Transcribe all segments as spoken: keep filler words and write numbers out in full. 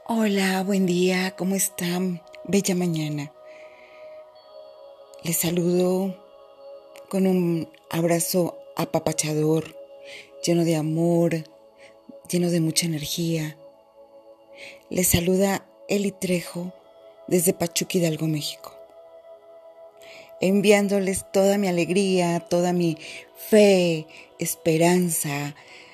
Hola, buen día, ¿cómo están? Bella mañana. Les saludo con un abrazo apapachador, lleno de amor, lleno de mucha energía. Les saluda Eli Trejo desde Pachuca, Hidalgo, México. Enviándoles toda mi alegría, toda mi fe, esperanza,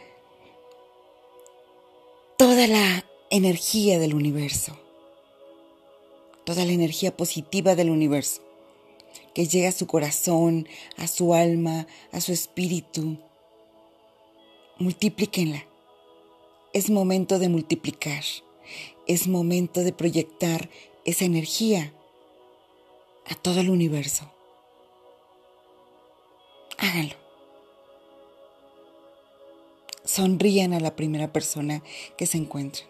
toda la energía del universo. Toda la energía positiva del universo, que llega a su corazón, a su alma, a su espíritu. Multiplíquenla. Es momento de multiplicar. Es momento de proyectar esa energía a todo el universo. Háganlo. Sonrían a la primera persona que se encuentren.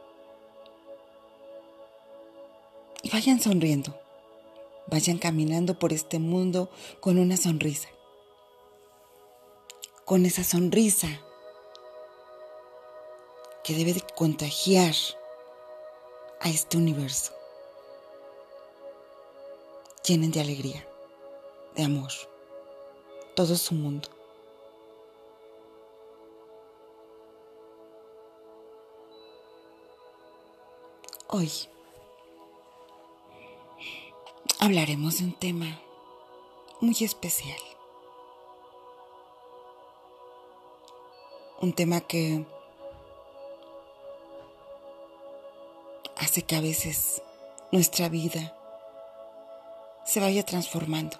Y vayan sonriendo. Vayan caminando por este mundo con una sonrisa. Con esa sonrisa que debe de contagiar a este universo. Llenen de alegría, de amor, todo su mundo. Hoy hablaremos de un tema muy especial. Un tema que hace que a veces nuestra vida se vaya transformando.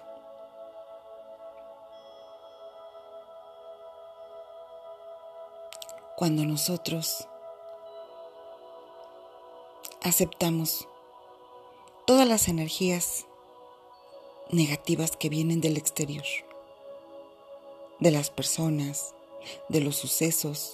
Cuando nosotros aceptamos todas las energías negativas que vienen del exterior, de las personas, de los sucesos,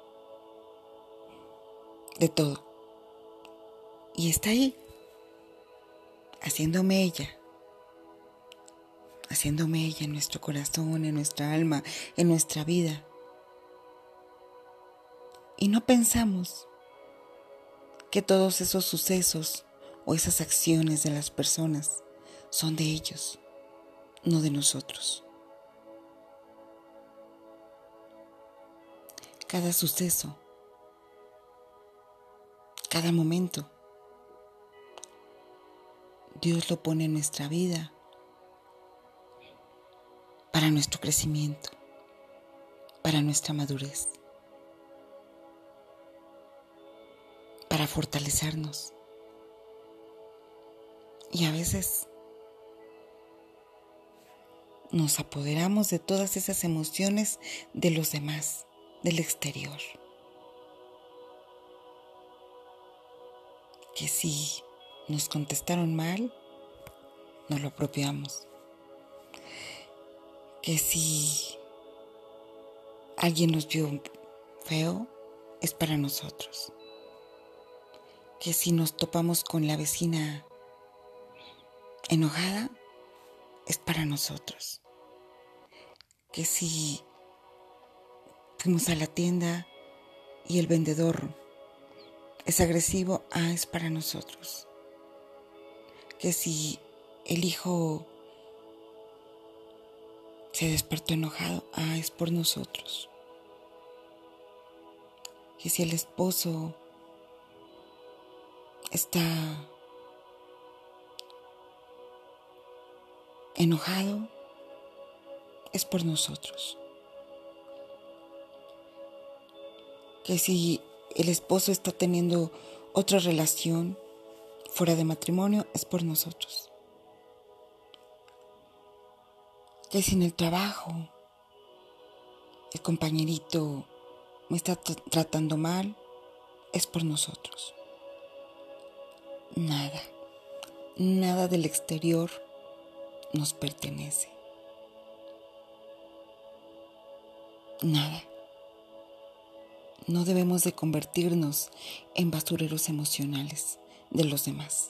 de todo. Y está ahí, haciendo mella, haciendo mella en nuestro corazón, en nuestra alma, en nuestra vida. Y no pensamos que todos esos sucesos o esas acciones de las personas son de ellos, no de nosotros. Cada suceso, cada momento, Dios lo pone en nuestra vida para nuestro crecimiento, para nuestra madurez, para fortalecernos. Y a veces nos apoderamos de todas esas emociones de los demás, del exterior. Que si nos contestaron mal, nos lo apropiamos. Que si alguien nos vio feo, es para nosotros. Que si nos topamos con la vecina enojada, es para nosotros. Que si fuimos a la tienda y el vendedor es agresivo, ah, es para nosotros. Que si el hijo se despertó enojado, ah, es por nosotros. Que si el esposo está enojado, es por nosotros. Que si el esposo está teniendo otra relación fuera de matrimonio, es por nosotros. Que si en el trabajo el compañerito me está t- tratando mal, es por nosotros. Nada, nada del exterior nos pertenece. Nada. No debemos de convertirnos en basureros emocionales de los demás.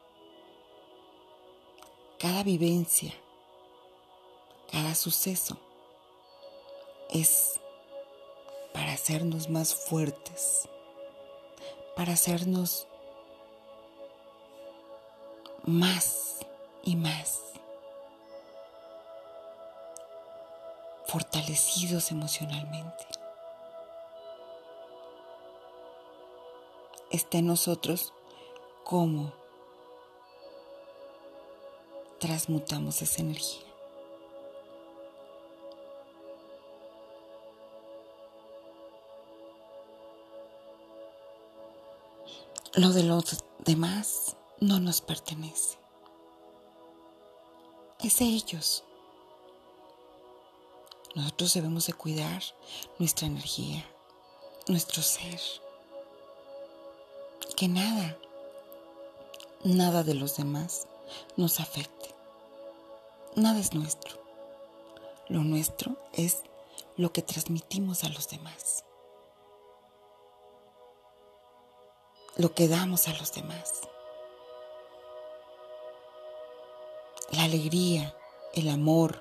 Cada vivencia, cada suceso es para hacernos más fuertes, para hacernos más y más fortalecidos emocionalmente. Está en nosotros cómo transmutamos esa energía. Lo de los demás no nos pertenece. Es de ellos. Nosotros debemos de cuidar nuestra energía, nuestro ser. Que nada, nada de los demás nos afecte. Nada es nuestro. Lo nuestro es lo que transmitimos a los demás. Lo que damos a los demás. La alegría, el amor,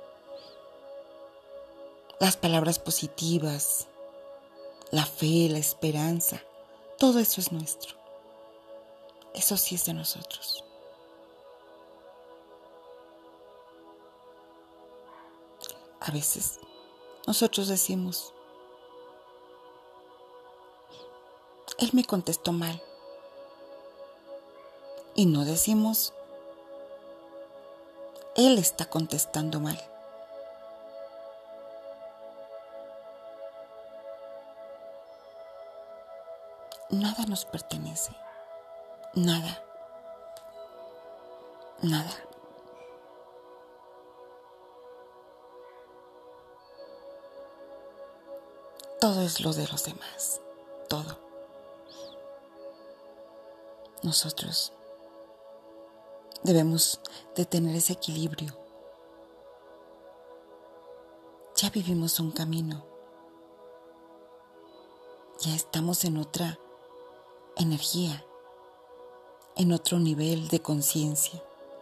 las palabras positivas, la fe, la esperanza, todo eso es nuestro. Eso sí es de nosotros. A veces nosotros decimos, él me contestó mal. Y no decimos, él está contestando mal. Nada nos pertenece. Nada. Nada. Todo es lo de los demás. Todo. Nosotros debemos de tener ese equilibrio. Ya vivimos un camino. Ya estamos en otra energía, en otro nivel de conciencia.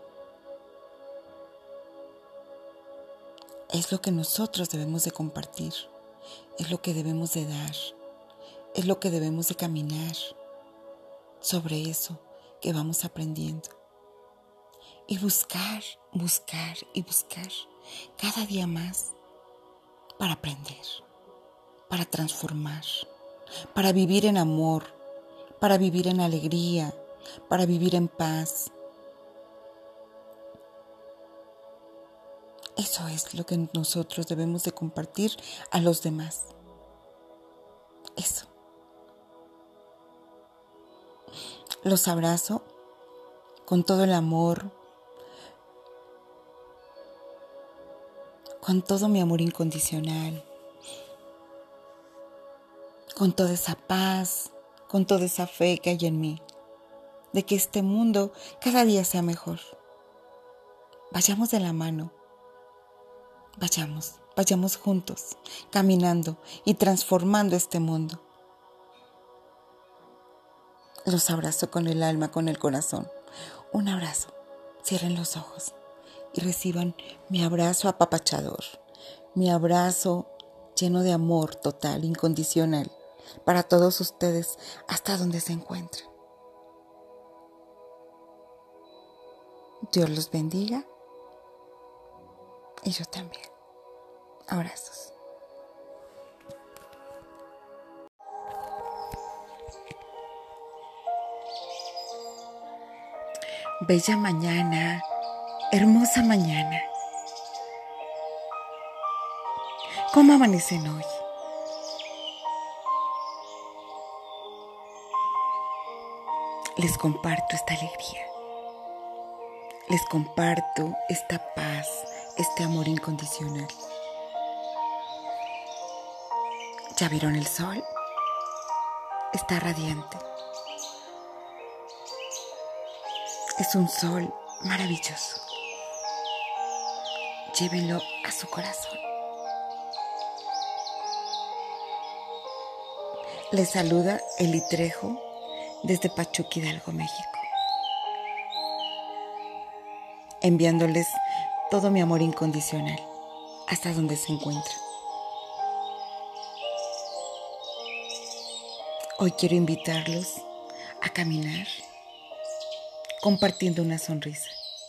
Es lo que nosotros debemos de compartir, es lo que debemos de dar, es lo que debemos de caminar sobre eso que vamos aprendiendo. Y buscar, buscar y buscar cada día más para aprender, para transformar, para vivir en amor, para vivir en alegría, para vivir en paz. Eso es lo que nosotros debemos de compartir a los demás. Eso. Los abrazo con todo el amor, con todo mi amor incondicional, con toda esa paz, con toda esa fe que hay en mí, de que este mundo cada día sea mejor. Vayamos de la mano. Vayamos, vayamos juntos, caminando y transformando este mundo. Los abrazo con el alma, con el corazón. Un abrazo. Cierren los ojos y reciban mi abrazo apapachador, mi abrazo lleno de amor total, incondicional, para todos ustedes hasta donde se encuentren. Dios los bendiga y yo también. Abrazos. Bella mañana, hermosa mañana. ¿Cómo amanecen hoy? Les comparto esta alegría. Les comparto esta paz, este amor incondicional. ¿Ya vieron el sol? Está radiante. Es un sol maravilloso. Llévenlo a su corazón. Les saluda Eli Trejo desde Pachuca, Hidalgo, México. Enviándoles todo mi amor incondicional hasta donde se encuentran. Hoy quiero invitarlos a caminar compartiendo una sonrisa.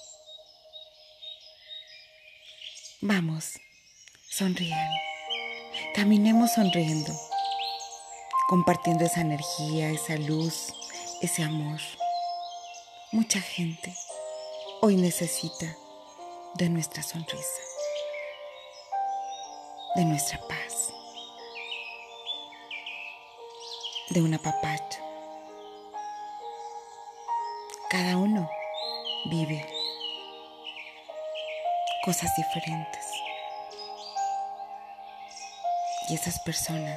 Vamos, sonrían. Caminemos sonriendo, compartiendo esa energía, esa luz, ese amor. Mucha gente hoy necesita de nuestra sonrisa, de nuestra paz, de un apapacho. Cada uno vive cosas diferentes. Y esas personas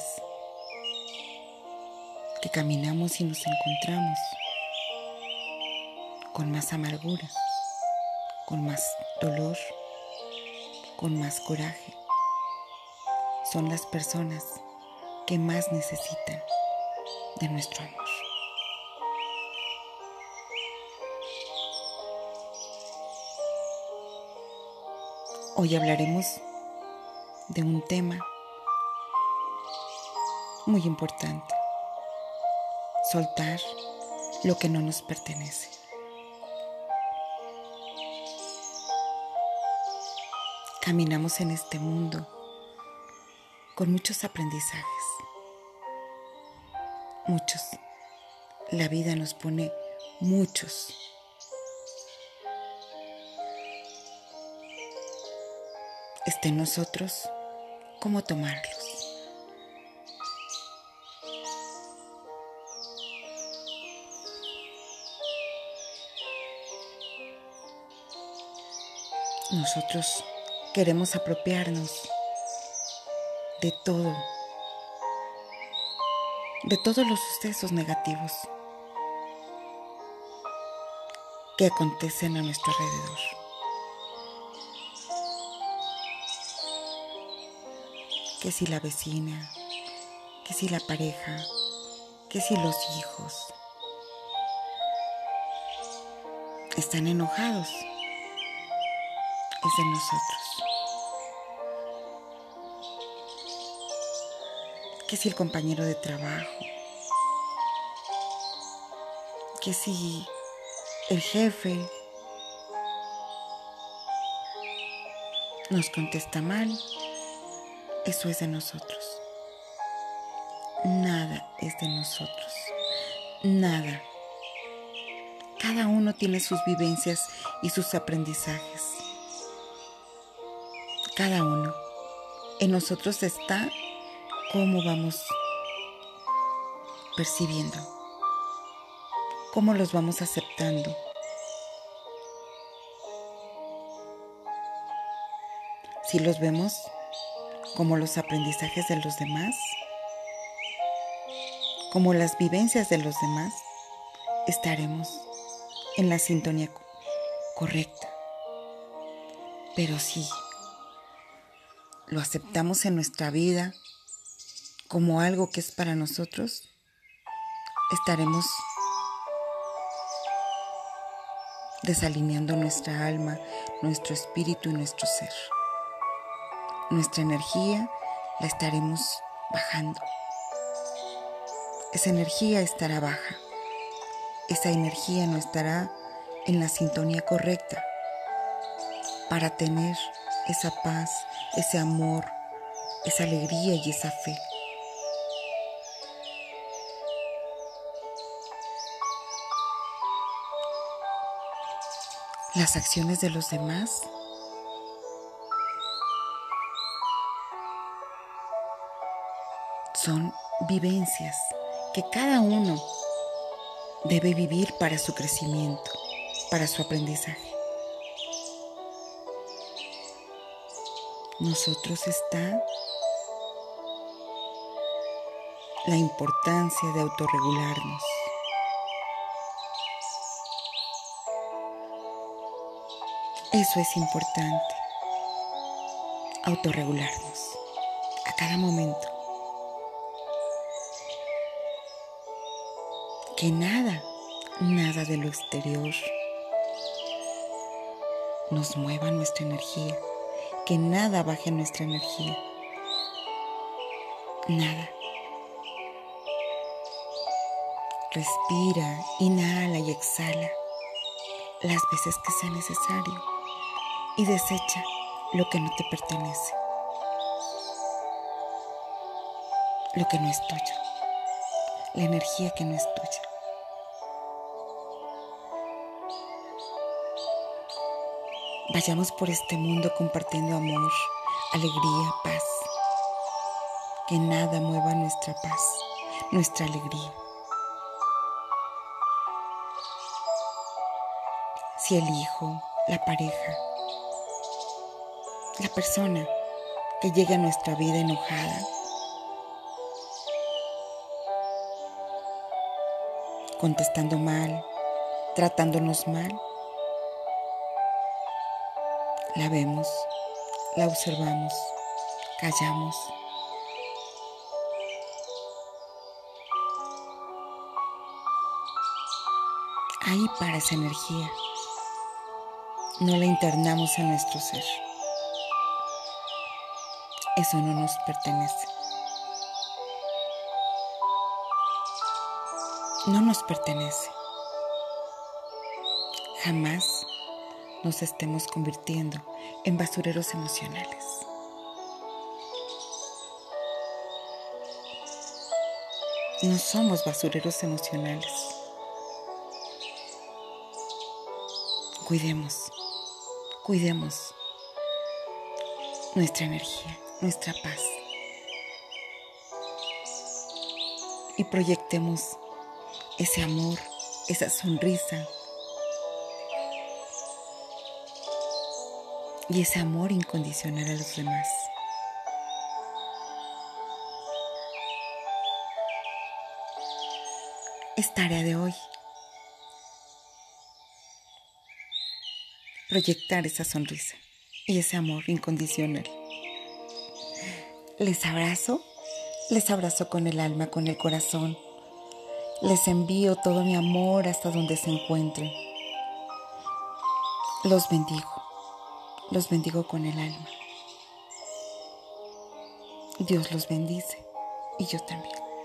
que caminamos y nos encontramos con más amargura, con más dolor, con más coraje, son las personas que más necesitan de nuestro amor. Hoy hablaremos de un tema muy importante: soltar lo que no nos pertenece. Caminamos en este mundo con muchos aprendizajes, muchos. La vida nos pone muchos. Está en nosotros cómo tomarlos. Nosotros queremos apropiarnos de todo, de todos los sucesos negativos que acontecen a nuestro alrededor. Que si la vecina, que si la pareja, que si los hijos están enojados, es de nosotros. Que si el compañero de trabajo, que si el jefe nos contesta mal, eso es de nosotros. Nada es de nosotros. Nada. Cada uno tiene sus vivencias y sus aprendizajes. Cada uno. En nosotros está cómo vamos percibiendo, cómo los vamos aceptando. Si los vemos como los aprendizajes de los demás, como las vivencias de los demás, estaremos en la sintonía correcta. Pero si lo aceptamos en nuestra vida como algo que es para nosotros, estaremos desalineando nuestra alma, nuestro espíritu y nuestro ser. Nuestra energía la estaremos bajando. Esa energía estará baja. Esa energía no estará en la sintonía correcta para tener esa paz, ese amor, esa alegría y esa fe. Las acciones de los demás son vivencias que cada uno debe vivir para su crecimiento, para su aprendizaje. Nosotros está la importancia de autorregularnos. Eso es importante, autorregularnos a cada momento. Que nada, nada de lo exterior nos mueva nuestra energía, que nada baje nuestra energía, nada. Respira, inhala y exhala las veces que sea necesario y desecha lo que no te pertenece, lo que no es tuyo, la energía que no es tuya. Vayamos por este mundo compartiendo amor, alegría, paz. Que nada mueva nuestra paz, nuestra alegría. Si el hijo, la pareja, la persona que llega a nuestra vida enojada, contestando mal, tratándonos mal, la vemos, la observamos, callamos. Ahí para esa energía. No la internamos en nuestro ser. Eso no nos pertenece. No nos pertenece. Jamás nos estemos convirtiendo en basureros emocionales. No somos basureros emocionales. Cuidemos, cuidemos nuestra energía, nuestra paz. Y proyectemos ese amor, esa sonrisa y ese amor incondicional a los demás. Es tarea de hoy proyectar esa sonrisa y ese amor incondicional. Les abrazo, les abrazo con el alma, con el corazón. Les envío todo mi amor hasta donde se encuentren. Los bendigo, los bendigo con el alma. Dios los bendice y yo también.